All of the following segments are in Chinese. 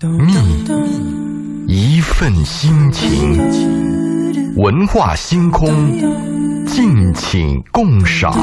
一份心情，文化星空，敬请共赏。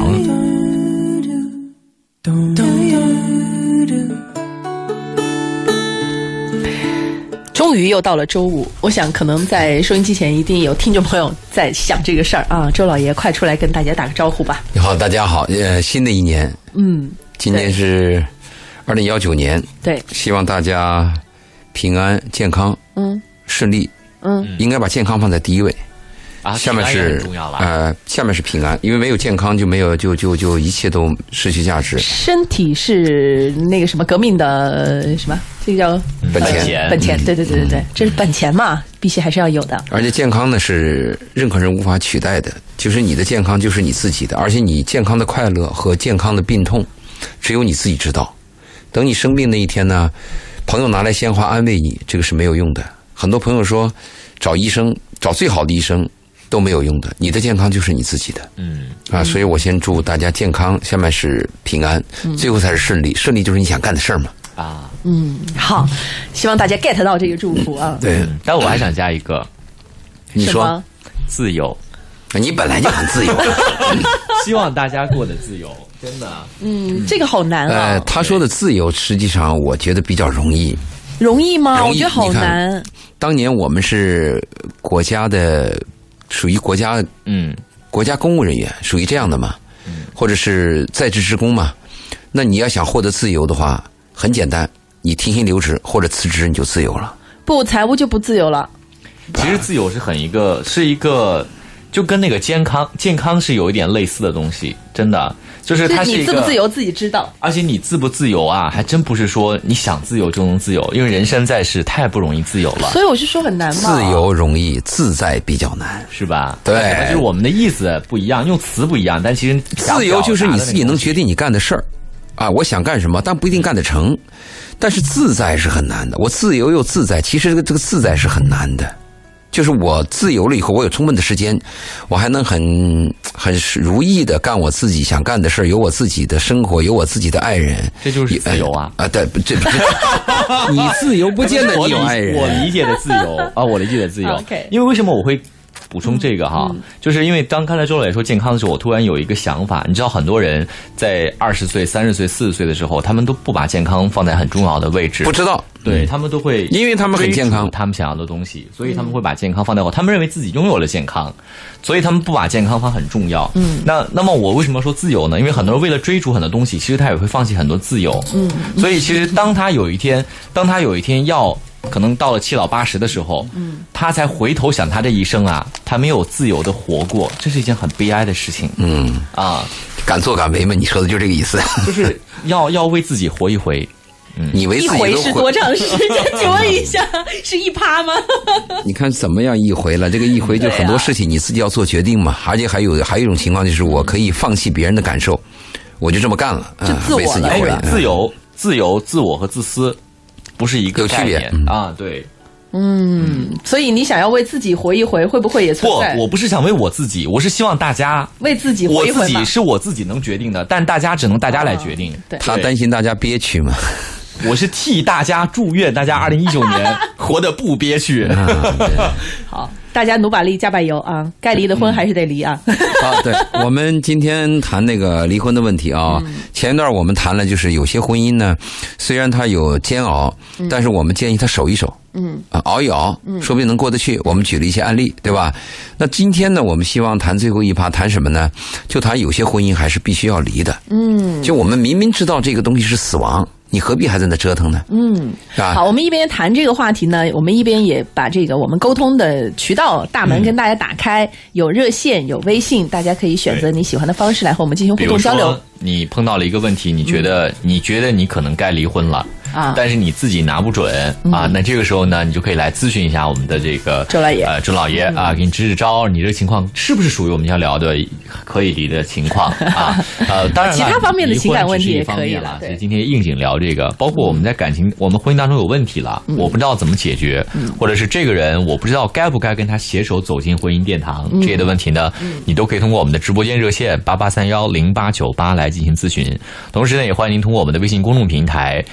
终于又到了周五，我想可能在收音机前一定有听众朋友在想这个事儿啊。周老爷，快出来跟大家打个招呼吧。 你好，大家好，新的一年，今年是2019年，对，希望大家平安健康，顺利，应该把健康放在第一位。下面是下面是平安，因为没有健康就没有就一切都失去价值。身体是那个什么革命的什么，这个叫本钱，对，这是本钱嘛，必须还是要有的。而且健康呢是任何人无法取代的，就是你的健康就是你自己的，而且你健康的快乐和健康的病痛，只有你自己知道。等你生病那一天呢，朋友拿来鲜花安慰你，这个是没有用的。很多朋友说找医生，找最好的医生都没有用的，你的健康就是你自己的。所以我先祝大家健康，下面是平安，最后才是顺利。顺利就是你想干的事儿嘛。好，希望大家 get 到这个祝福啊。对，但我还想加一个，你说自由，你本来就很自由，希望大家过得自由，真的。这个好难啊。他说的自由，实际上我觉得比较容易。容易吗？我觉得好难。当年我们是国家的，属于国家公务人员，属于这样的嘛，或者是在职职工嘛。那你要想获得自由的话，很简单，你停薪留职或者辞职，你就自由了。不，财务就不自由了。其实自由是一个，就跟那个健康是有一点类似的东西，真的。就是它是一个，你自不自由自己知道，而且你自不自由啊，还真不是说你想自由就能自由，因为人生在世太不容易自由了。所以我是说很难嘛。自由容易，自在比较难，是吧？对，就是我们的意思不一样，用词不一样，但其实自由就是你自己能决定你干的事儿啊，我想干什么，但不一定干得成。但是自在是很难的，我自由又自在，其实这个自在是很难的。就是我自由了以后，我有充分的时间，我还能很如意的干我自己想干的事儿，有我自己的生活，有我自己的爱人，这就是自由啊！对，这你自由不见得你有爱人。我理解的自由啊，我理解的自由。因为为什么我会补充这个哈，就是因为刚才周老爷说健康的时候，我突然有一个想法，你知道很多人在20岁、30岁、40岁的时候，他们都不把健康放在很重要的位置，不知道，对他们都会，因为他们很健康，他们想要的东西，所以他们会把健康放在后，他们认为自己拥有了健康，所以他们不把健康放很重要。那么我为什么说自由呢？因为很多人为了追逐很多东西，其实他也会放弃很多自由。所以其实当他有一天要可能到了7老80的时候，他才回头想他这一生啊，他没有自由的活过，这是一件很悲哀的事情。敢作敢为嘛？你说的就这个意思，就是要为自己活一回。你为自己一回是多长时间？请问一下，是1%吗？你看怎么样一回了？这个一回就很多事情你自己要做决定嘛。而且还有一种情况就是，我可以放弃别人的感受，我就这么干了。就自我了，自由、自我和自私。不是一个概念，有区别啊，对，所以你想要为自己活一回，会不会也存在？不，我不是想为我自己，我是希望大家为自己活一回。我自己是我自己能决定的，但大家只能大家来决定。他担心大家憋屈嘛？我是替大家祝愿大家2019年活得不憋屈。好。大家努把力，加把油啊！该离的婚还是得离啊！对，我们今天谈那个离婚的问题啊。前一段我们谈了，就是有些婚姻呢，虽然它有煎熬，但是我们建议他守一守，熬一熬，说不定能过得去。我们举了一些案例，对吧？那今天呢，我们希望谈最后一趴，谈什么呢？就谈有些婚姻还是必须要离的。就我们明明知道这个东西是死亡。你何必还在那折腾呢？好，我们一边谈这个话题呢，我们一边也把这个我们沟通的渠道大门跟大家打开，有热线，有微信，大家可以选择你喜欢的方式来和我们进行互动交流。你碰到了一个问题，你觉得你可能该离婚了啊，但是你自己拿不准啊，那这个时候呢，你就可以来咨询一下我们的这个周老爷啊，给你支支招，你这个情况是不是属于我们要聊的可以离的情况啊？当然了，其他方面的情感问题也可以了。所以今天应景聊这个，包括我们在我们婚姻当中有问题了，我不知道怎么解决，或者是这个人我不知道该不该跟他携手走进婚姻殿堂，这些的问题呢，你都可以通过我们的直播间热线88310898来进行咨询。同时呢，也欢迎您通过我们的微信公众平台文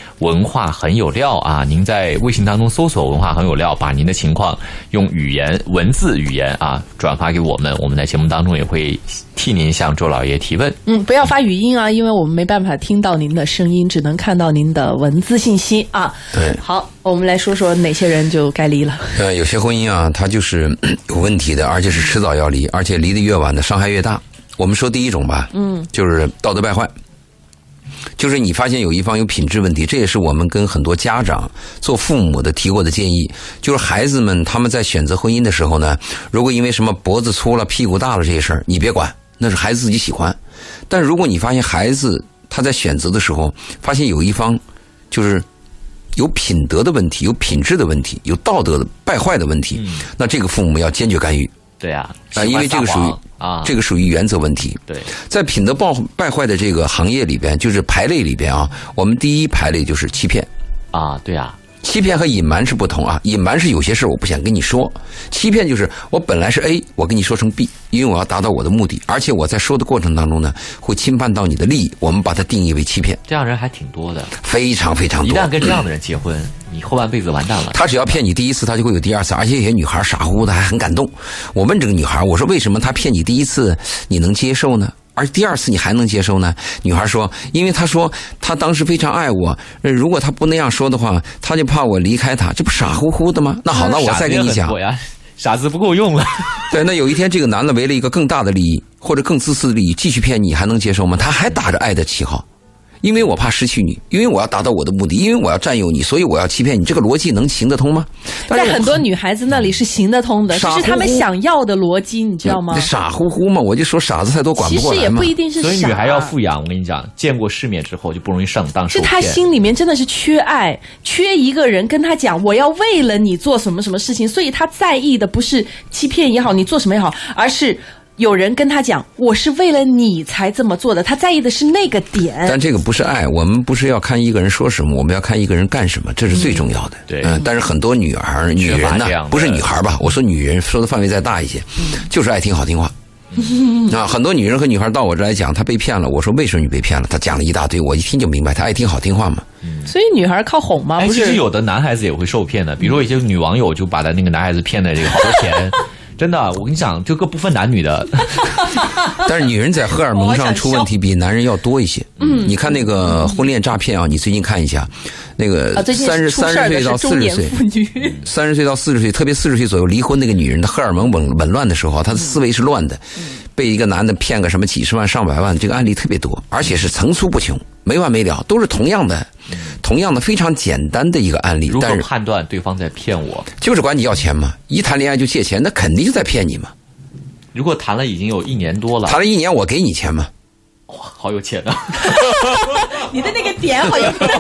话很有料啊，您在微信当中搜索文化很有料，把您的情况用文字语言啊转发给我们，我们在节目当中也会替您向周老爷提问。 不要发语音啊，因为我们没办法听到您的声音，只能看到您的文字信息啊。 对， 好，我们来说说哪些人就该离了。 有些婚姻啊，它就是有问题的，而且是迟早要离，而且离得越晚的伤害越大。我们说第一种吧，就是道德败坏。就是你发现有一方有品质问题，这也是我们跟很多家长做父母的提过的建议，就是孩子们他们在选择婚姻的时候呢，如果因为什么脖子粗了屁股大了这些事儿你别管，那是孩子自己喜欢。但如果你发现孩子他在选择的时候发现有一方就是有品德的问题，有品质的问题，有道德的败坏的问题，那这个父母要坚决干预。 对啊， 因为这个属于这个属于原则问题。 对， 在品德败坏的这个行业里边，就是排类里边啊，我们第一排类就是欺骗啊。对啊， 欺骗和隐瞒是不同啊。隐瞒是有些事我不想跟你说，欺骗就是我本来是 A， 我跟你说成 B， 因为我要达到我的目的，而且我在说的过程当中呢，会侵犯到你的利益，我们把它定义为欺骗。 这样人还挺多的， 非常非常多。 一旦跟这样的人结婚，你后半辈子完蛋了。 他只要骗你第一次，他就会有第二次，而且有些女孩傻乎乎的还很感动。我问这个女孩，我说为什么他骗你第一次你能接受呢？而第二次你还能接受呢？女孩说，因为他说他当时非常爱我，如果他不那样说的话，他就怕我离开他，这不傻乎乎的吗？那好，那我再跟你讲， 傻子不够用了。 对，那有一天这个男的为了一个更大的利益或者更自私的利益继续骗你，还能接受吗？他还打着爱的旗号，因为我怕失去你，因为我要达到我的目的，因为我要占有你，所以我要欺骗你，这个逻辑能行得通吗？ 在很多女孩子那里是行得通的，这是他们想要的逻辑，你知道吗？ 傻乎乎嘛，我就说傻子太多管不过来嘛。 其实也不一定是傻， 所以女孩要富养。我跟你讲，见过世面之后就不容易上当受骗。 是他心里面真的是缺爱，缺一个人跟他讲我要为了你做什么什么事情，所以他在意的不是欺骗也好，你做什么也好，而是有人跟他讲我是为了你才这么做的，他在意的是那个点。 但这个不是爱，我们不是要看一个人说什么，我们要看一个人干什么，这是最重要的。 对， 但是很多女人呢，不是女孩吧，我说女人说的范围再大一些，就是爱听好听话。很多女人和女孩到我这来讲她被骗了，我说为什么你被骗了，她讲了一大堆，我一听就明白她爱听好听话嘛。 所以女孩靠哄吗？不是， 其实有的男孩子也会受骗的，比如说有些女网友就把他那个男孩子骗的这个好多钱。真的，我跟你讲，这个不分男女的。 但是女人在荷尔蒙上出问题比男人要多一些。你看那个婚恋诈骗啊，你最近看一下，那个30岁到40岁，30岁到40岁，特别40岁左右离婚那个女人的荷尔蒙紊乱的时候，她的思维是乱的，被一个男的骗个什么几十万上百万，这个案例特别多，而且是层出不穷，没完没了，都是同样的非常简单的一个案例。 如何判断对方在骗我？ 就是管你要钱嘛，一谈恋爱就借钱，那肯定是在骗你嘛。 如果谈了已经有1年多了， 谈了1年我给你钱嘛。 哇，好有钱啊！ 你的那个点好像不太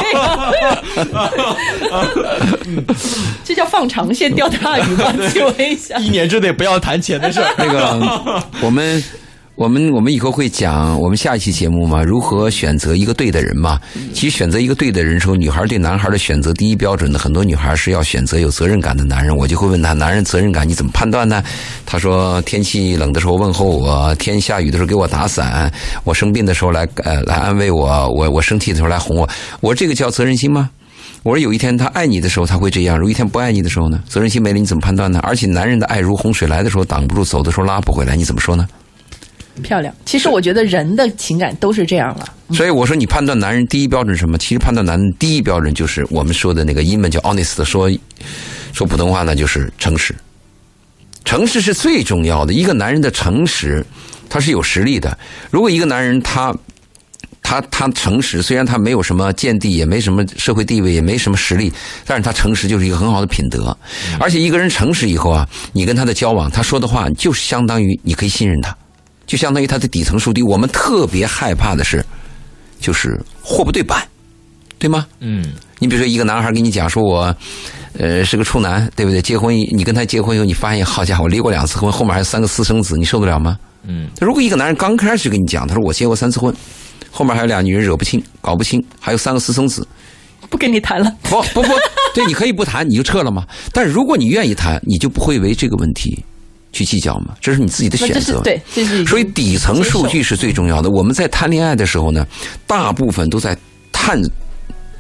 对。这叫放长线钓大鱼吗？请问一下，1 年之内不要谈钱的事儿。 那个我们以后会讲我们下一期节目嘛，如何选择一个对的人嘛。其实选择一个对的人的时候，女孩对男孩的选择第一标准的，很多女孩是要选择有责任感的男人。我就会问他，男人责任感你怎么判断呢？他说天气冷的时候问候我，天下雨的时候给我打伞，我生病的时候来安慰我生气的时候来哄我。我这个叫责任心吗？我说有一天他爱你的时候他会这样，如一天不爱你的时候呢？责任心没了你怎么判断呢？而且男人的爱如洪水，来的时候挡不住，走的时候拉不回来，你怎么说呢？ 漂亮。其实我觉得人的情感都是这样了。 所以我说你判断男人第一标准是什么？其实判断男人第一标准就是我们说的那个英文叫 honest， 说普通话呢就是诚实。诚实是最重要的。一个男人的诚实他是有实力的。如果一个男人他诚实，虽然他没有什么见地，也没什么社会地位，也没什么实力，但是他诚实就是一个很好的品德。而且一个人诚实以后啊，你跟他的交往，他说的话就是相当于你可以信任他，就相当于他的底层数据。我们特别害怕的是就是货不对版，对吗？你比如说一个男孩跟你讲说我是个处男，对不对？结婚你跟他结婚以后，你发现好家伙离过2次婚，后面还有3个私生子，你受得了吗？如果一个男人刚开始跟你讲，他说我结过3次婚，后面还有2女人惹不清搞不清，还有3个私生子， 不跟你谈了。 不，对，你可以不谈，你就撤了嘛。但是如果你愿意谈，你就不会为这个问题去计较嘛，这是你自己的选择。 对，这是。 所以底层数据是最重要的。我们在谈恋爱的时候呢，大部分都在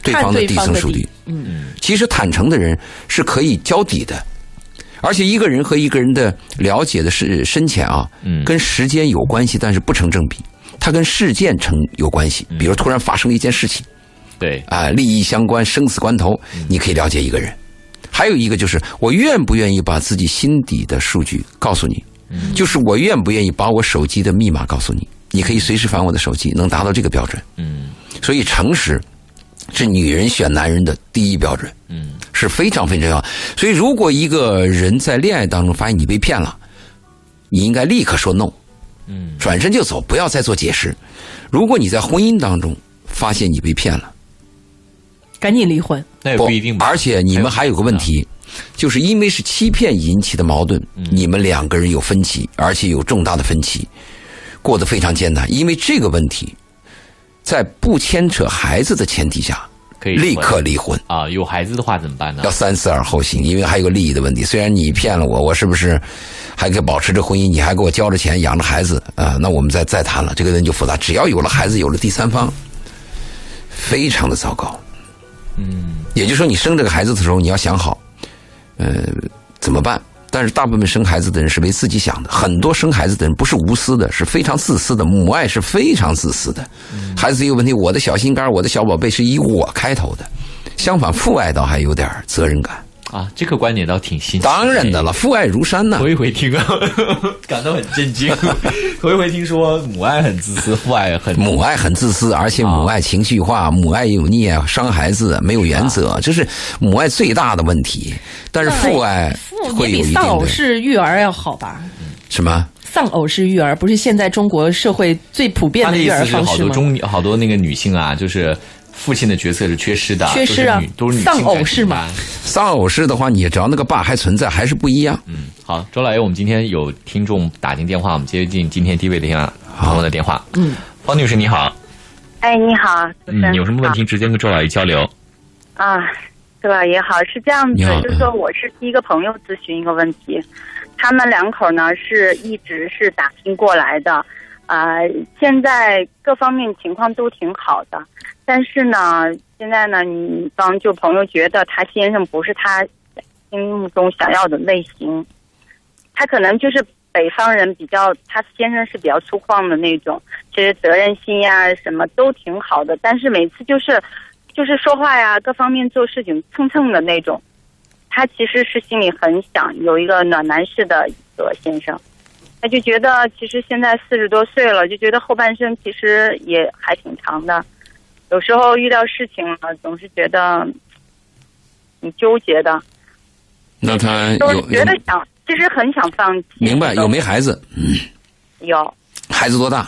对方的底层属地。其实坦诚的人是可以交底的，而且一个人和一个人的了解的是深浅啊，跟时间有关系，但是不成正比。它跟事件有关系，比如突然发生了一件事情， 对啊，利益相关，生死关头，你可以了解一个人。还有一个就是我愿不愿意把自己心底的数据告诉你，就是我愿不愿意把我手机的密码告诉你，你可以随时翻我的手机，能达到这个标准。所以诚实是女人选男人的第一标准，是非常非常重要。所以如果一个人在恋爱当中发现你被骗了，你应该立刻说 no，转身就走，不要再做解释。如果你在婚姻当中发现你被骗了， 赶紧离婚。 那也不一定吧。 而且你们还有个问题，就是因为是欺骗引起的矛盾，你们两个人有分歧，而且有重大的分歧，过得非常艰难。因为这个问题在不牵扯孩子的前提下可以立刻离婚啊。有孩子的话怎么办呢？ 要三思而后行，因为还有个利益的问题。虽然你骗了我，我是不是还可以保持着婚姻？你还给我交着钱养着孩子啊？那我们再谈了，这个人就复杂。只要有了孩子，有了第三方，非常的糟糕。也就是说，你生这个孩子的时候，你要想好，怎么办？但是大部分生孩子的人是为自己想的，很多生孩子的人不是无私的，是非常自私的。母爱是非常自私的。孩子有问题，我的小心肝，我的小宝贝是以我开头的。相反，父爱倒还有点责任感。 啊，这个观点倒挺新奇。 当然的了，父爱如山呐。 头一回听啊，感到很震惊。头一回听说母爱很自私，父爱母爱很自私，而且母爱情绪化，母爱有溺爱，伤孩子，没有原则，这是母爱最大的问题。但是父爱会有一定的。 丧偶式育儿要好吧？ 什么？ 丧偶式育儿不是现在中国社会最普遍的育儿方式吗？ 好多那个女性啊，就是父亲的角色是缺失的， 缺失啊， 都是女丧偶式嘛。 丧偶式的话，你只要那个爸还存在，还是不一样。 好，周老爷，我们今天有听众打进电话，我们接进今天第一位的朋友的电话。方女士你好。 哎，你好， 你有什么问题直接跟周老爷交流。 啊，周老爷好，是这样子，就是说我是第一个朋友咨询一个问题，他们两口呢是一直是打拼过来的，现在各方面情况都挺好的。但是呢，现在呢，女方就朋友觉得他先生不是他心目中想要的类型，他可能就是北方人比较，他先生是比较粗犷的那种，其实责任心呀什么都挺好的，但是每次就是说话呀各方面做事情蹭蹭的那种。他其实是心里很想有一个暖男式的一个先生，他就觉得其实现在40多岁了，就觉得后半生其实也还挺长的。有时候遇到事情了，总是觉得挺纠结的。 那他都觉得其实很想放弃。 明白？有没孩子？ 有。 孩子多大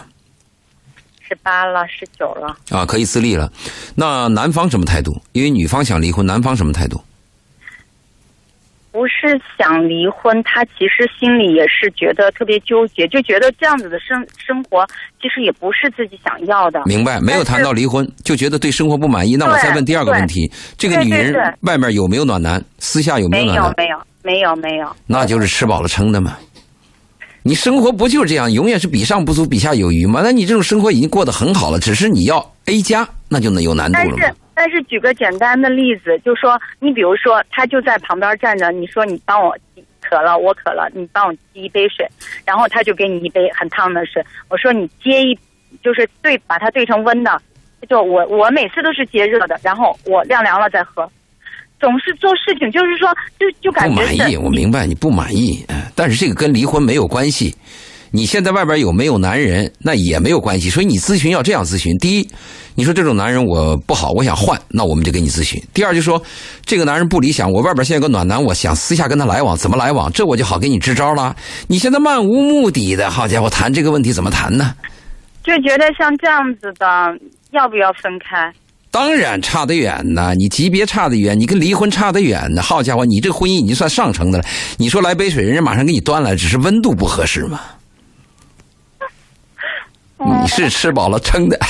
？18了，19了。 啊，可以自立了。那男方什么态度？因为女方想离婚，男方什么态度？ 不是想离婚，他其实心里也是觉得特别纠结，就觉得这样子的生活其实也不是自己想要的。 明白？没有谈到离婚，就觉得对生活不满意。那我再问第二个问题：这个女人外面有没有暖男？私下有没有暖男？ 没有。那就是吃饱了撑的嘛。你生活不就是这样，永远是比上不足，比下有余吗？那你这种生活已经过得很好了，只是你要 A 加，那就能有难度了吗？ 但是举个简单的例子，就说你比如说他就在旁边站着，你说你帮我渴了，我渴了，你帮我沏一杯水，然后他就给你一杯很烫的水，我说你接就是把它兑成温的，就我每次都是接热的，然后我晾凉了再喝，总是做事情就是说就感觉不满意。我明白你不满意，但是这个跟离婚没有关系。你现在外边有没有男人那也没有关系，所以你咨询要这样咨询。第一，你说这种男人我不好，我想换，那我们就给你咨询。第二就说这个男人不理想，我外边现在有个暖男，我想私下跟他来往，怎么来往？这我就好给你支招了。你现在漫无目的的，好家伙，谈这个问题怎么谈呢？ 就觉得像这样子的要不要分开？ 当然差得远呢，你级别差得远，你跟离婚差得远呢。好家伙，你这个婚姻已经算上乘的了。你说来杯水，人家马上给你端来，只是温度不合适嘛。你是吃饱了撑的。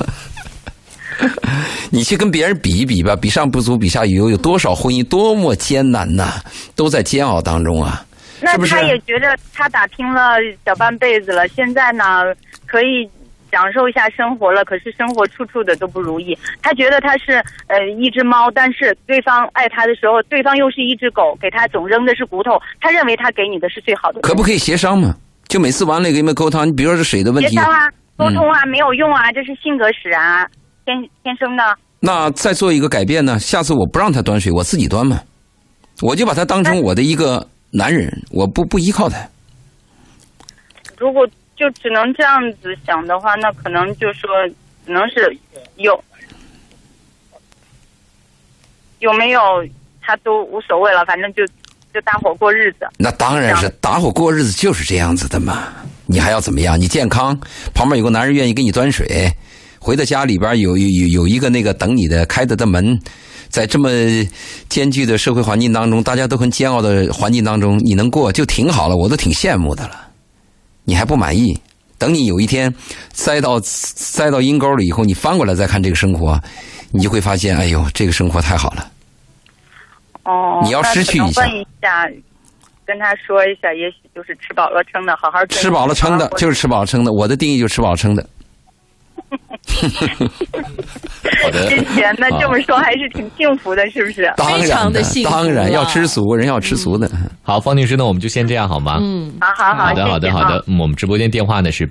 你去跟别人比一比吧，比上不足，比下有余，有多少婚姻多么艰难呐，都在煎熬当中啊。 那他也觉得他打拼了小半辈子了，现在呢可以享受一下生活了，可是生活处处的都不如意。他觉得他是一只猫，但是对方爱他的时候，对方又是一只狗，给他总扔的是骨头，他认为他给你的是最好的。 可不可以协商嘛？就每次完了给你们沟通，你比如说是水的问题， 协商啊，沟通啊，没有用啊，这是性格使然啊，天生的。那再做一个改变呢？下次我不让他端水，我自己端嘛，我就把他当成我的一个男人，我不依靠他。 如果就只能这样子想的话，那可能就说只能是有没有他都无所谓了，反正就搭伙过日子。那当然是搭伙过日子就是这样子的嘛，你还要怎么样？你健康，旁边有个男人愿意给你端水，回到家里边有一个那个等你的开的门，在这么艰巨的社会环境当中，大家都很煎熬的环境当中，你能过就挺好了，我都挺羡慕的了。你还不满意？等你有一天塞到阴沟里以后，你翻过来再看这个生活，你就会发现，哎呦，这个生活太好了。 哦， 你要失去一下， 问一下，跟他说一下，也许就是吃饱了撑的，好好吃饱了撑的，就是吃饱了撑的。我的定义就是吃饱了撑的。 好的， 之前呢这么说还是挺幸福的，是不是？ 非常的幸福， 当然要吃俗，人要吃俗的。 好，方女士呢，我们就先这样好吗？ 好的， 好的。我们直播间电话呢是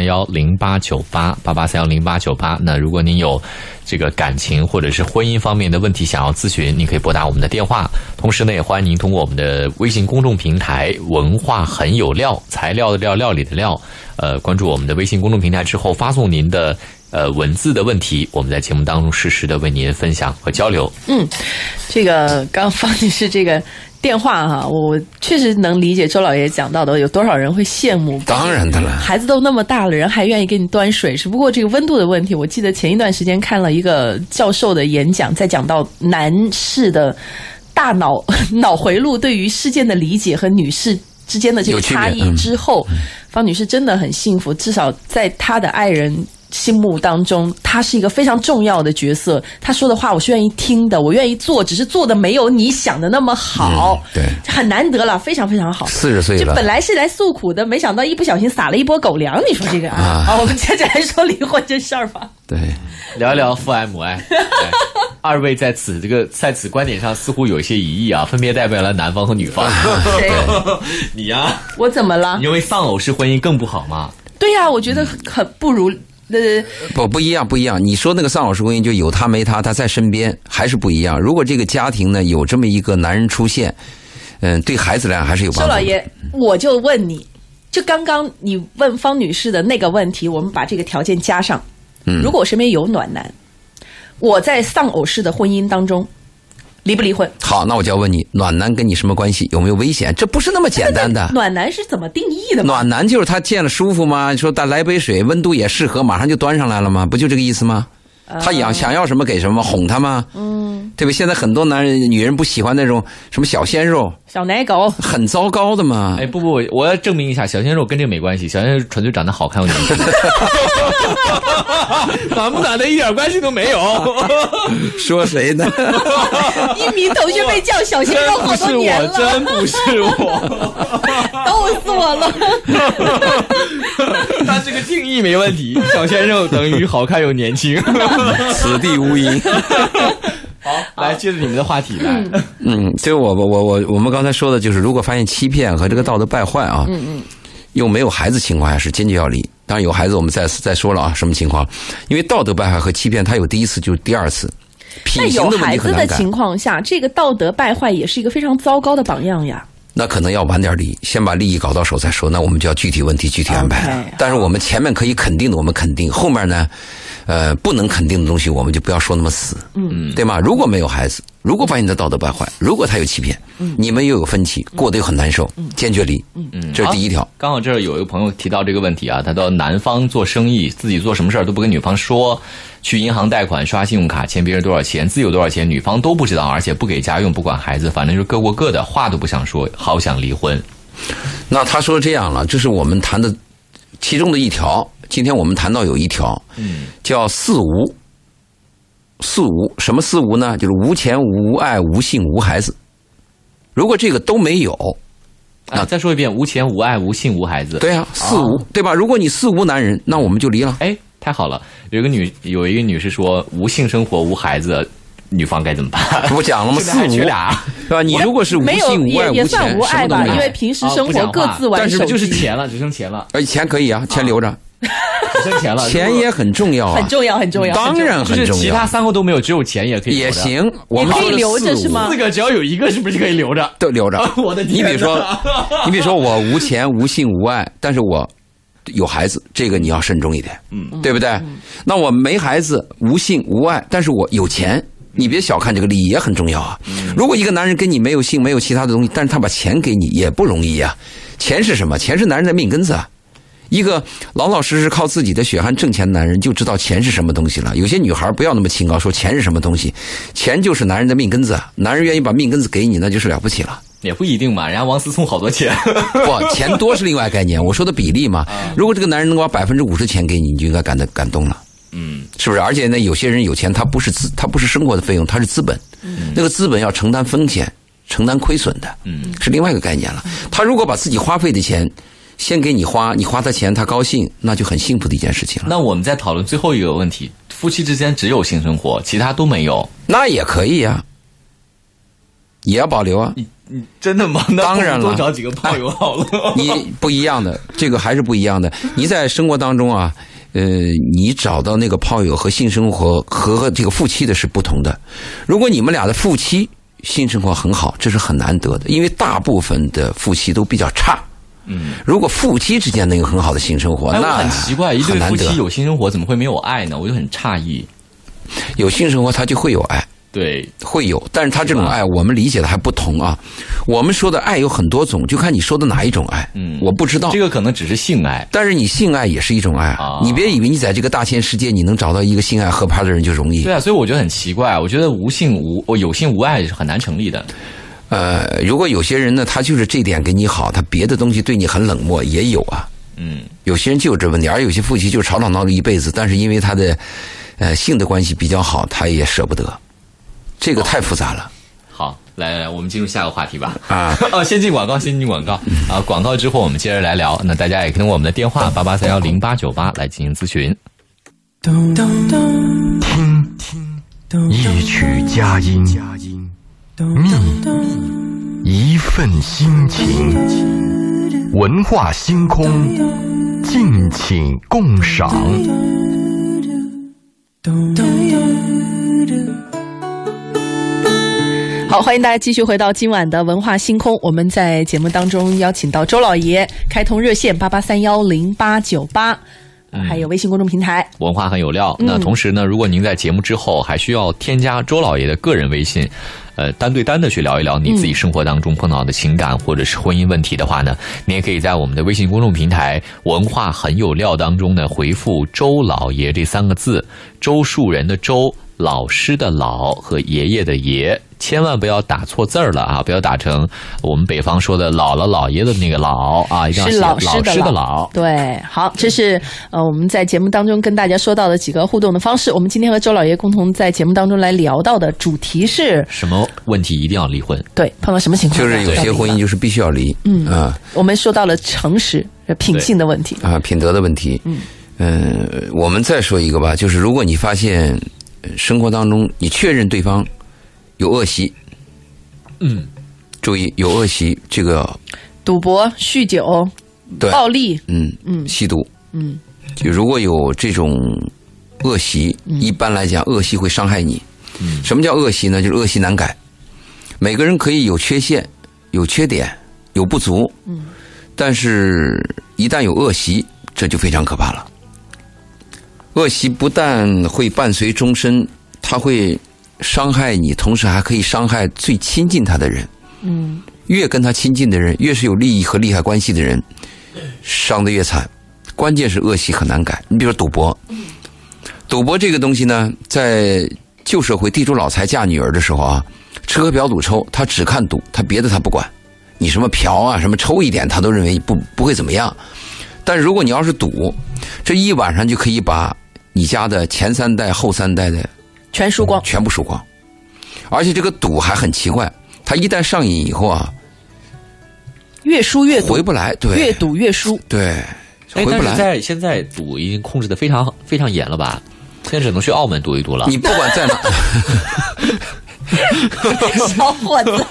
88310898，88310898。那如果您有这个感情或者是婚姻方面的问题想要咨询，你可以拨打我们的电话。同时呢，也欢迎您通过我们的微信公众平台“文化很有料”，材料的料，料理的料。关注我们的微信公众平台之后，发送您的文字的问题，我们在节目当中适时的为您分享和交流。 这个刚方女士这个电话哈，我确实能理解周老爷讲到的，有多少人会羡慕。 当然的了， 孩子都那么大了，人还愿意给你端水。只不过这个温度的问题，我记得前一段时间看了一个教授的演讲，在讲到男士的大脑回路对于事件的理解和女士之间的这个差异之后，方女士真的很幸福，至少在她的爱人心目当中，他是一个非常重要的角色。他说的话我是愿意听的，我愿意做，只是做的没有你想的那么好。 对， 很难得了，非常非常好。 40岁了， 就本来是来诉苦的，没想到一不小心撒了一波狗粮。你说这个好，我们接着来说离婚这事儿吧。 对， 聊一聊父爱母爱。二位在此观点上似乎有一些疑义啊，分别代表了男方和女方。 谁？ 你呀？ 我怎么了？ 你认为丧偶式婚姻更不好吗？ 对呀，我觉得很不如。 不一样。你说那个丧偶式婚姻就有他没他在身边，还是不一样。如果这个家庭呢有这么一个男人出现，对孩子来讲还是有帮助。 周老爷，我就问你，就刚刚你问方女士的那个问题，我们把这个条件加上。如果我身边有暖男，我在丧偶式的婚姻当中，离不离婚？ 好，那我就要问你，暖男跟你什么关系？有没有危险？这不是那么简单的。 暖男是怎么定义的吗？ 暖男就是他见了舒服吗？说来杯水，温度也适合，马上就端上来了吗？不就这个意思吗？他想要什么给什么，哄他吗？对吧？现在很多女人不喜欢那种什么小鲜肉、 小奶狗， 很糟糕的嘛。 不，我要证明一下，小鲜肉跟这个没关系，小鲜肉纯粹长得好看，有年轻。暖不暖的一点关系都没有。 说谁呢？ 一鸣同学被叫小鲜肉好多年了， 真不是我， 逗死我了。 他这个定义没问题，小鲜肉等于好看又年轻。 此地无银。 好，来接着你们的话题来。 就我们刚才说的就是，如果发现欺骗和这个道德败坏啊，又没有孩子情况下是坚决要离。当然有孩子，我们再说了啊，什么情况？因为道德败坏和欺骗，它有第一次，就是第二次。 在有孩子的情况下，这个道德败坏也是一个非常糟糕的榜样呀。 那可能要晚点离，先把利益搞到手再说。那我们就要具体问题具体安排了。但是我们前面可以肯定的，我们肯定；后面呢，不能肯定的东西，我们就不要说那么死，对吗？如果没有孩子，如果发现他道德败坏，如果他有欺骗，你们又有分歧，过得又很难受，坚决离。这是第一条。 刚好这儿有一个朋友提到这个问题啊，他到男方做生意，自己做什么事儿都不跟女方说。去银行贷款、刷信用卡、欠别人多少钱、自己有多少钱，女方都不知道，而且不给家用、不管孩子，反正就各过各的，话都不想说，好想离婚。 那他说这样了，这是我们谈的其中的一条。今天我们谈到有一条，叫四无。四无，什么四无呢？就是无钱、无爱、无性、无孩子。如果这个都没有， 再说一遍，无钱、无爱、无性、无孩子。 对啊，四无，对吧？如果你四无男人，那我们就离了。 太好了。有一个女士说无性生活无孩子，女方该怎么办？ 我讲了吗？四无俩， 对吧？你如果是无性无爱无钱， 也算无爱吧，因为平时生活各自玩手机。 但是就是钱了，只剩钱了。 钱可以啊，钱留着。 只剩钱了， 钱也很重要啊， 很重要，很重要， 当然很重要。 就是其他3个都没有，只有钱也可以留着， 也行， 我们可以留着是吗？ 4个只要有1个是不是可以留着？ 都留着。 我的天！ 你比如说我无钱无性无爱，但是我有孩子，这个你要慎重一点，对不对？那我没孩子无性无爱，但是我有钱，你别小看这个利益也很重要啊。如果一个男人跟你没有性没有其他的东西，但是他把钱给你也不容易啊。钱是什么？钱是男人的命根子啊。一个老老实实靠自己的血汗挣钱的男人就知道钱是什么东西了。有些女孩不要那么清高，说钱是什么东西，钱就是男人的命根子啊。男人愿意把命根子给你，那就是了不起了。 也不一定嘛，人家王思聪好多钱。 不，钱多是另外概念，我说的比例嘛。如果这个男人能把50%钱给你，你就应该感动了。是不是？而且呢，有些人有钱，他不是生活的费用，他是资本。那个资本要承担风险、承担亏损的。是另外一个概念了。他如果把自己花费的钱先给你花，你花他钱，他高兴，那就很幸福的一件事情了。 那我们再讨论最后一个问题：夫妻之间只有性生活，其他都没有， 那也可以啊，也要保留啊。 你真的吗？ 当然了， 多找几个炮友好了。 你不一样的，这个还是不一样的。你在生活当中啊，你找到那个炮友和性生活和这个夫妻的是不同的。如果你们俩的夫妻性生活很好，这是很难得的，因为大部分的夫妻都比较差。如果夫妻之间能有很好的性生活，那很奇怪，一对夫妻有性生活怎么会没有爱呢？我就很诧异。 有性生活他就会有爱， 对， 会有，但是他这种爱我们理解的还不同啊。我们说的爱有很多种，就看你说的哪一种爱。我不知道， 这个可能只是性爱， 但是你性爱也是一种爱啊。你别以为你在这个大千世界你能找到一个性爱合拍的人就容易。 对啊，所以我觉得很奇怪，我觉得有性无爱是很难成立的。 如果有些人呢，他就是这点给你好，他别的东西对你很冷漠，也有啊。有些人就有这问题，而有些夫妻就吵吵闹闹一辈子，但是因为他的性的关系比较好，他也舍不得，这个太复杂了。 好，来，我们进入下个话题吧。先进广告啊！广告之后我们接着来聊。那大家也可以用我们的电话88310898来进行咨询。 听一曲佳音，觅一份心情，文化星空，敬请共赏。 好，欢迎大家继续回到今晚的文化星空。我们在节目当中邀请到周老爷，开通热线88310898。还有微信公众平台文化很有料。那同时呢，如果您在节目之后还需要添加周老爷的个人微信，单对单的去聊一聊你自己生活当中碰到的情感或者是婚姻问题的话呢，你也可以在我们的微信公众平台文化很有料当中呢回复周老爷这3个字，周树人的周，老师的老和爷爷的爷，千万不要打错字儿了啊！不要打成我们北方说的姥姥姥爷的那个老啊，一定要写老师的老。 对，好，这是我们在节目当中跟大家说到的几个互动的方式。我们今天和周老爷共同在节目当中来聊到的主题是什么问题一定要离婚？ 对，碰到什么情况就是有些婚姻就是必须要离。 我们说到了诚实、品性的问题啊，品德的问题。我们再说一个吧，就是如果你发现生活当中你确认对方有恶习，注意有恶习，这个赌博、酗酒、暴力， 吸毒，就如果有这种恶习，一般来讲恶习会伤害你。什么叫恶习呢？就是恶习难改。每个人可以有缺陷、有缺点、有不足，但是一旦有恶习，这就非常可怕了。恶习不但会伴随终身，它会伤害你，同时还可以伤害最亲近他的人。越跟他亲近的人，越是有利益和利害关系的人，伤得越惨。关键是恶习很难改。你比如说赌博，赌博这个东西呢，在旧社会地主老财嫁女儿的时候啊，吃喝嫖赌抽，他只看赌，他别的他不管。你什么嫖啊，什么抽一点，他都认为不会怎么样。但是如果你要是赌，这一晚上就可以把你家的前3代后3代的全输光， 全部输光。而且这个赌还很奇怪，他一旦上瘾以后啊， 越输越赌， 回不来，对， 越赌越输， 对。 回不来。 但是现在赌已经控制的非常非常严了吧？现在只能去澳门赌一赌了。 你不管在哪。 小伙子，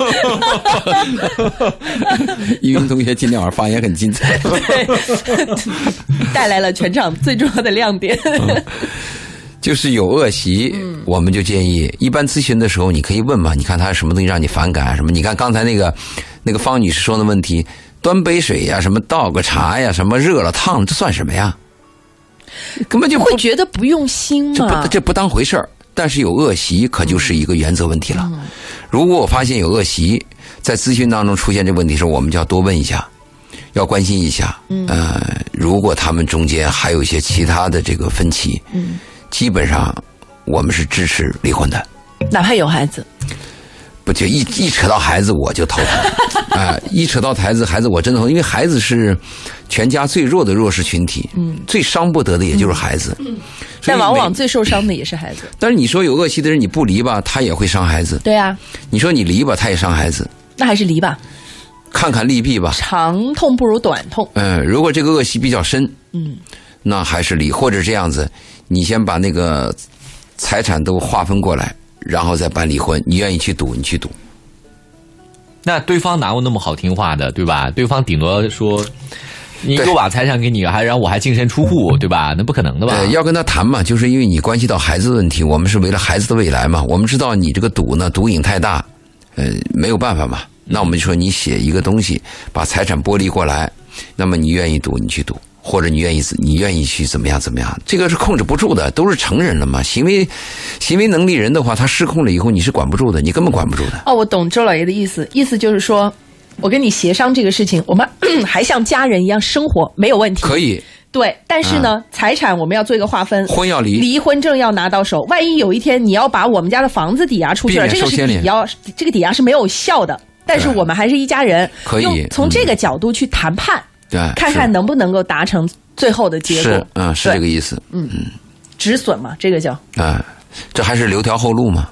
一云同学今天晚上发言很精彩， 对，带来了全场最重要的亮点。 就是有恶习，我们就建议，一般咨询的时候，你可以问嘛，你看他什么东西让你反感什么？你看刚才那个方女士说的问题，端杯水呀，什么倒个茶呀，什么热了烫了，这算什么呀？根本就会觉得不用心嘛， 这不当回事儿。但是有恶习可就是一个原则问题了。如果我发现有恶习，在咨询当中出现这个问题的时候，我们就要多问一下，要关心一下。如果他们中间还有一些其他的这个分歧，基本上我们是支持离婚的， 哪怕有孩子。 不就一扯到孩子我就头疼一扯到孩子我真的头疼，因为孩子是全家最弱的弱势群体，最伤不得的也就是孩子。 但往往最受伤的也是孩子。 但是你说有恶习的人你不离吧，他也会伤孩子。 对啊， 你说你离吧，他也伤孩子。 那还是离吧， 看看利弊吧。 长痛不如短痛。 如果这个恶习比较深，那还是离，或者这样子，你先把那个财产都划分过来，然后再办离婚。你愿意去赌，你去赌。 那对方哪有那么好听话的，对吧？对方顶多说，你给我把财产给你，还让我还净身出户，对吧？那不可能的吧？ 要跟他谈嘛，就是因为你关系到孩子的问题，我们是为了孩子的未来嘛。我们知道你这个赌呢，赌瘾太大，没有办法嘛。那我们就说你写一个东西，把财产剥离过来，那么你愿意赌，你去赌。或者你愿意去怎么样，这个是控制不住的，都是成人了嘛。行为能力人的话，他失控了以后，你是管不住的，你根本管不住的。 哦，我懂周老爷的意思就是说，我跟你协商这个事情，我们还像家人一样生活，没有问题。 可以。 对，但是呢，财产我们要做一个划分， 婚要离婚证要拿到手。万一有一天你要把我们家的房子抵押出去了，这个是这个抵押是没有效的。但是我们还是一家人， 可以从这个角度去谈判。 对， 看看能不能够达成最后的结果。 是这个意思。 止损嘛，这个叫。 这还是留条后路嘛。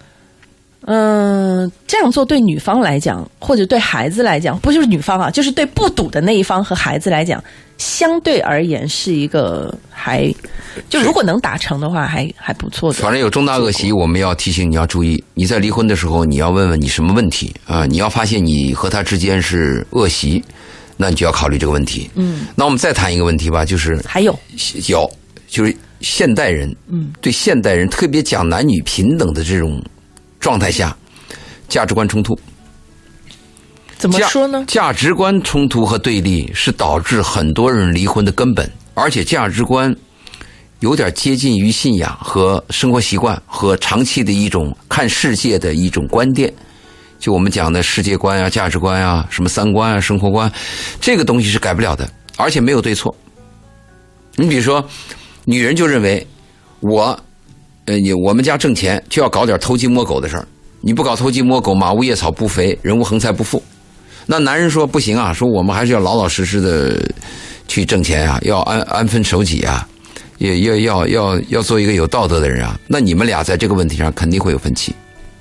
这样做对女方来讲，或者对孩子来讲，不就是女方啊，就是对不赌的那一方和孩子来讲，相对而言是一个就如果能达成的话，还不错的。 反正有重大恶习，我们要提醒你要注意。你在离婚的时候，你要问问你什么问题啊？你要发现你和他之间是恶习。那你就要考虑这个问题。那我们再谈一个问题吧，就是还有就是现代人，对现代人特别讲男女平等的这种状态下，价值观冲突。 怎么说呢？ 价值观冲突和对立是导致很多人离婚的根本，而且价值观有点接近于信仰和生活习惯和长期的一种看世界的一种观点。就我们讲的世界观啊、价值观啊、什么三观啊、生活观，这个东西是改不了的，而且没有对错。你比如说，女人就认为我们家挣钱就要搞点偷鸡摸狗的事儿，你不搞偷鸡摸狗，马无夜草不肥，人无横财不富。那男人说不行啊，说我们还是要老老实实的去挣钱啊，要安分守己啊，也要做一个有道德的人啊。那你们俩在这个问题上肯定会有分歧。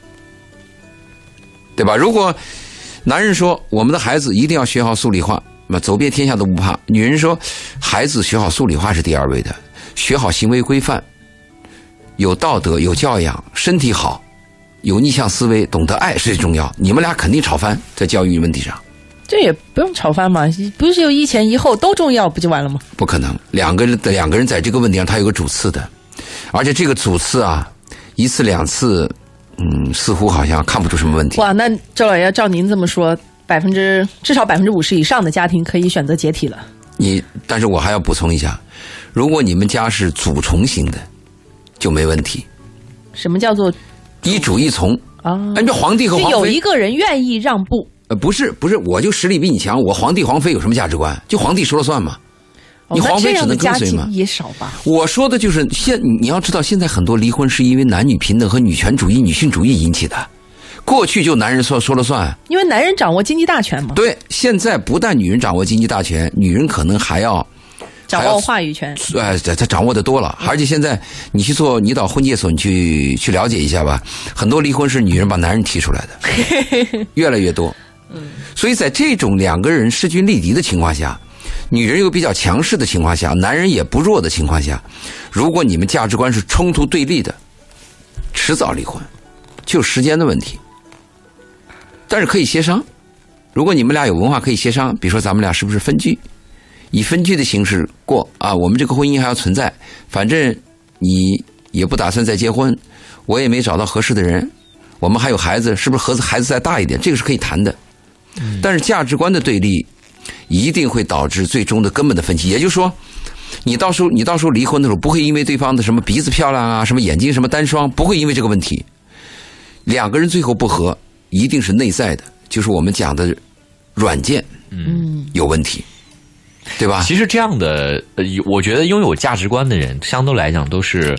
对吧？如果男人说我们的孩子一定要学好数理化，那走遍天下都不怕；女人说孩子学好数理化是第二位的，学好行为规范，有道德、有教养，身体好，有逆向思维，懂得爱是最重要。你们俩肯定吵翻在教育问题上。 这也不用吵翻嘛，不是有一前一后都重要，不就完了吗？ 不可能，两个人在这个问题上他有个主次的，而且这个主次啊，一次两次。似乎好像看不出什么问题。 哇，那周老爷照您这么说，至少50%以上的家庭可以选择解体了。 但是我还要补充一下，如果你们家是主从型的，就没问题。 什么叫做一主一从啊？这皇帝和皇妃， 有一个人愿意让步。 不是，我就实力比你强，我皇帝皇妃有什么价值观？就皇帝说了算嘛。你皇妃只能跟随吗？ 也少吧。 我说的就是你要知道，现在很多离婚是因为男女平等和女权主义、女性主义引起的。过去就男人说了算， 因为男人掌握经济大权嘛。 对，现在不但女人掌握经济大权，女人可能还要掌握话语权。 他掌握的多了，而且现在你到婚介所，你去了解一下吧，很多离婚是女人把男人提出来的，越来越多。所以在这种两个人势均力敌的情况下。 女人又比较强势的情况下，男人也不弱的情况下，如果你们价值观是冲突对立的，迟早离婚，就时间的问题。但是可以协商，如果你们俩有文化可以协商，比如说咱们俩是不是分居，以分居的形式过啊，我们这个婚姻还要存在，反正你也不打算再结婚，我也没找到合适的人，我们还有孩子，是不是孩子再大一点，这个是可以谈的。但是价值观的对立一定会导致最终的根本的分歧，也就是说你到时候离婚的时候，不会因为对方的什么鼻子漂亮啊，什么眼睛什么单双，不会因为这个问题，两个人最后不和，一定是内在的，就是我们讲的软件有问题，对吧？ 其实这样的我觉得拥有价值观的人相对来讲都是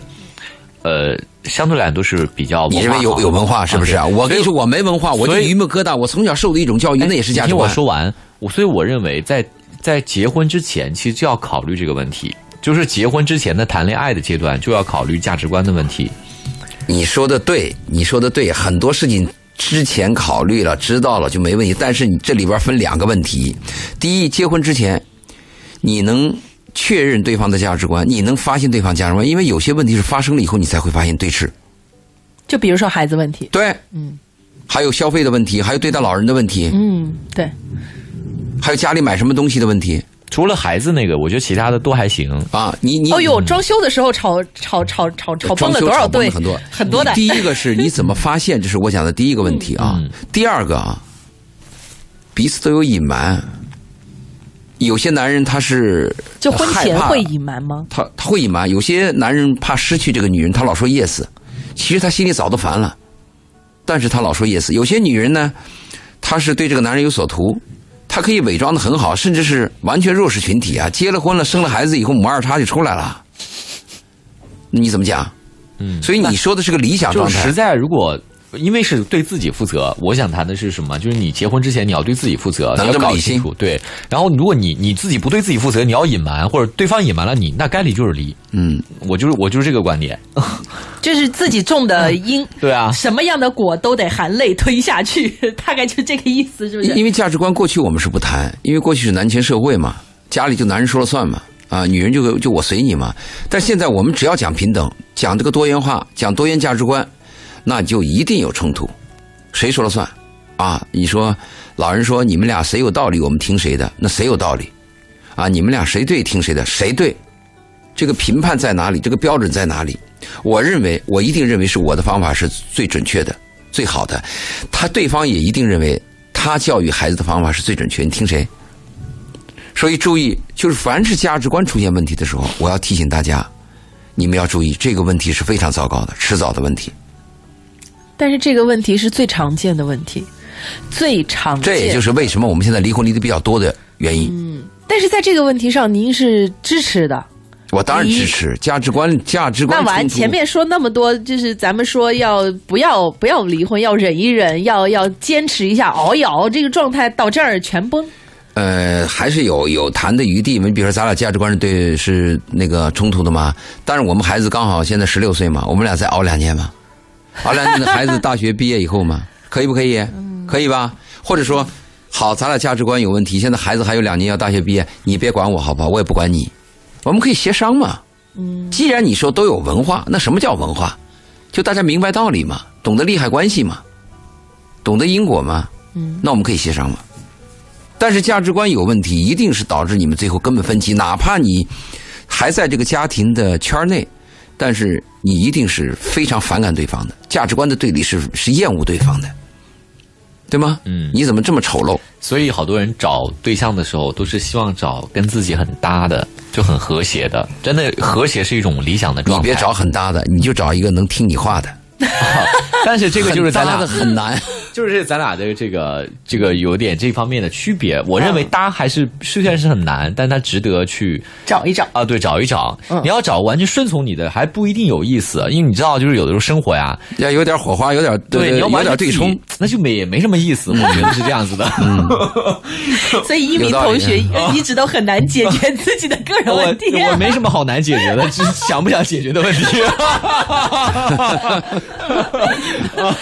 比较文化，你认为有文化是不是啊？我跟你说我没文化，我就榆木疙瘩，我从小受的一种教育，那也是价值观。 听我说完，所以我认为在结婚之前，其实就要考虑这个问题，就是结婚之前的谈恋爱的阶段就要考虑价值观的问题。 你说的对，很多事情之前考虑了知道了就没问题，但是你这里边分两个问题。第一，结婚之前你能确认对方的价值观，你能发现对方价值观，因为有些问题是发生了以后你才会发现对峙。 就比如说孩子问题， 对，还有消费的问题，还有对待老人的问题， 对， 还有家里买什么东西的问题。 除了孩子那个，我觉得其他的都还行啊。你哦呦，装修的时候吵崩了多少对，很多的。 第一个是你怎么发现，这是我讲的第一个问题啊。第二个啊，彼此都有隐瞒。有些男人他是就婚前会隐瞒吗？ 他会隐瞒。有些男人怕失去这个女人，他老说 yes， 其实他心里早都烦了，但是他老说 yes。有些女人呢，她是对这个男人有所图，她可以伪装得很好，甚至是完全弱势群体啊。结了婚了，生了孩子以后，母二茬就出来了。你怎么讲？所以你说的是个理想状态。 就实在如果。因为是对自己负责，我想谈的是什么？就是你结婚之前你要对自己负责，你要搞清楚。对，然后如果你自己不对自己负责，你要隐瞒或者对方隐瞒了你，那该离就是离。我就是这个观点， 就是自己种的因， 对啊， 什么样的果都得含泪吞下去，大概就这个意思，是不是？ 因为价值观过去我们是不谈，因为过去是男权社会嘛，家里就男人说了算嘛，啊，女人就我随你嘛。但现在我们只要讲平等，讲这个多元化，讲多元价值观。那就一定有冲突，谁说了算啊？你说老人说你们俩谁有道理，我们听谁的？那谁有道理啊？你们俩谁对听谁的？谁对？这个评判在哪里？这个标准在哪里？我一定认为是我的方法是最准确的、最好的。对方也一定认为他教育孩子的方法是最准确。你听谁？所以注意，就是凡是价值观出现问题的时候，我要提醒大家，你们要注意，这个问题是非常糟糕的，迟早的问题。 但是这个问题是最常见的问题，最常见。 这也就是为什么我们现在离婚离得比较多的原因。 但是在这个问题上，您是支持的。 我当然支持价值观。 那完，前面说那么多，就是咱们说不要离婚，要忍一忍，要坚持一下，熬一熬，这个状态到这儿全崩。 还是有谈的余地。比如说咱俩价值观是那个冲突的嘛，但是我们孩子刚好现在16岁嘛，我们俩再熬2年嘛。熬2年的孩子大学毕业以后嘛，可以不可以？可以吧？或者说，好，咱俩价值观有问题，现在孩子还有2年要大学毕业，你别管我好不好？我也不管你，我们可以协商嘛。既然你说都有文化，那什么叫文化？就大家明白道理嘛，懂得利害关系嘛，懂得因果嘛。那我们可以协商嘛。但是价值观有问题，一定是导致你们最后根本分歧，哪怕你还在这个家庭的圈内。但是你一定是非常反感对方的，价值观的对立是厌恶对方的，对吗？你怎么这么丑陋？ 所以好多人找对象的时候都是希望找跟自己很搭的，就很和谐的。真的和谐是一种理想的状态。 你别找很搭的，你就找一个能听你话的。 但是这个就是咱俩的很难， 就是咱俩的这个有点这方面的区别。我认为搭还是虽然是很难，但它值得去找一找啊，对，找一找。你要找完全顺从你的，还不一定有意思，因为你知道，就是有的时候生活呀， 要有点火花，有点对，你要有点对冲， 那就没什么意思。我觉得是这样子的。 所以一鸣同学一直都很难解决自己的个人问题。 我没什么好难解决的，只是想不想解决的问题。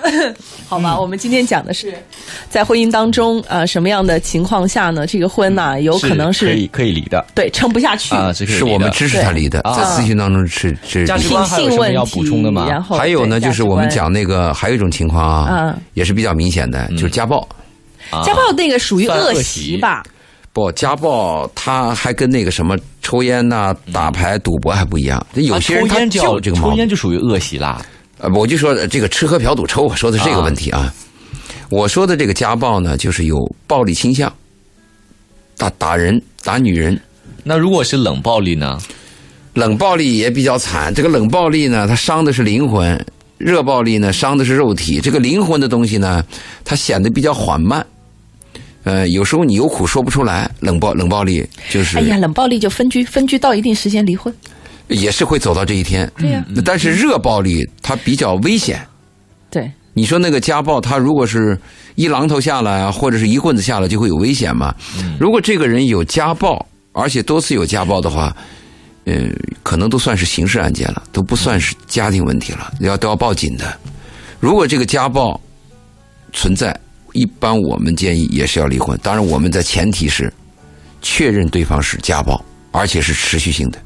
好吧，我们今天讲的是在婚姻当中什么样的情况下呢，这个婚呢有可能是可以离的， 对，撑不下去是我们支持他离的，在咨询当中是价值观还有什么要补充的吗？ 然后还有呢，就是我们讲那个还有一种情况啊，也是比较明显的，就是家暴。 家暴那个属于恶习吧？ 不，家暴他还跟那个什么抽烟呐、打牌、赌博还不一样。有些人他就这个抽烟就属于恶习啦。 我就说这个吃喝嫖赌抽，我说的是这个问题啊。我说的这个家暴呢，就是有暴力倾向，打人、打女人。 那如果是冷暴力呢？ 冷暴力也比较惨。这个冷暴力呢，它伤的是灵魂；热暴力呢，伤的是肉体。这个灵魂的东西呢，它显得比较缓慢。有时候你有苦说不出来，冷暴力就是。 哎呀，冷暴力就分居到一定时间离婚， 也是会走到这一天。 对呀。 但是热暴力它比较危险。 对。 你说那个家暴，他如果是一榔头下来啊，或者是一棍子下来，就会有危险嘛。如果这个人有家暴，而且多次有家暴的话，可能都算是刑事案件了，都不算是家庭问题了，都要报警的。如果这个家暴存在，一般我们建议也是要离婚，当然我们在前提是确认对方是家暴，而且是持续性的，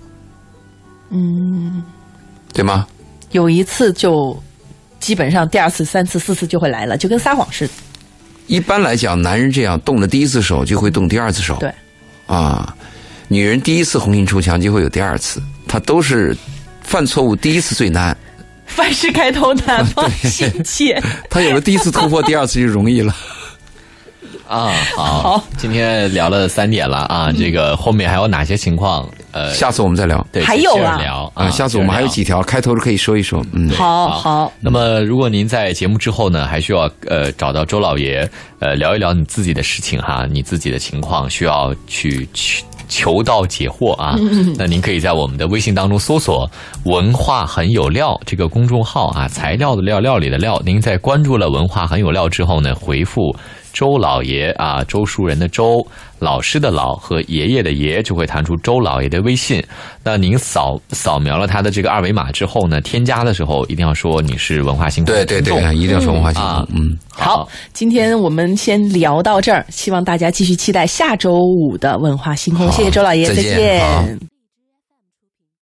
对吗？ 有一次就基本上第二次、3次、4次就会来了，就跟撒谎似的。 一般来讲，男人这样动了第一次手，就会动第二次手。 对， 女人第一次红杏出墙就会有第二次，她都是犯错误第一次最难。 凡事开头难，方心切。 他有了第一次突破，第二次就容易了。 好，今天聊了3点了啊，这个后面还有哪些情况？ 下次我们再聊。 对， 还有下次我们还有几条开头可以说一说。 好。 那么，如果您在节目之后呢，还需要找到周老爷聊一聊你自己的事情哈，你自己的情况需要去求道解惑啊。那您可以在我们的微信当中搜索文化很有料这个公众号啊，材料的料，料理的料。您在关注了文化很有料之后呢，回复周老爷啊，周树人的周，老师的老和爷爷的爷，就会弹出周老爷的微信。那您扫描了他的这个2维码之后呢，添加的时候一定要说你是文化星空。 对，一定要说文化星空。 好，今天我们先聊到这儿，希望大家继续期待下周5的文化星空。谢谢周老爷，再见。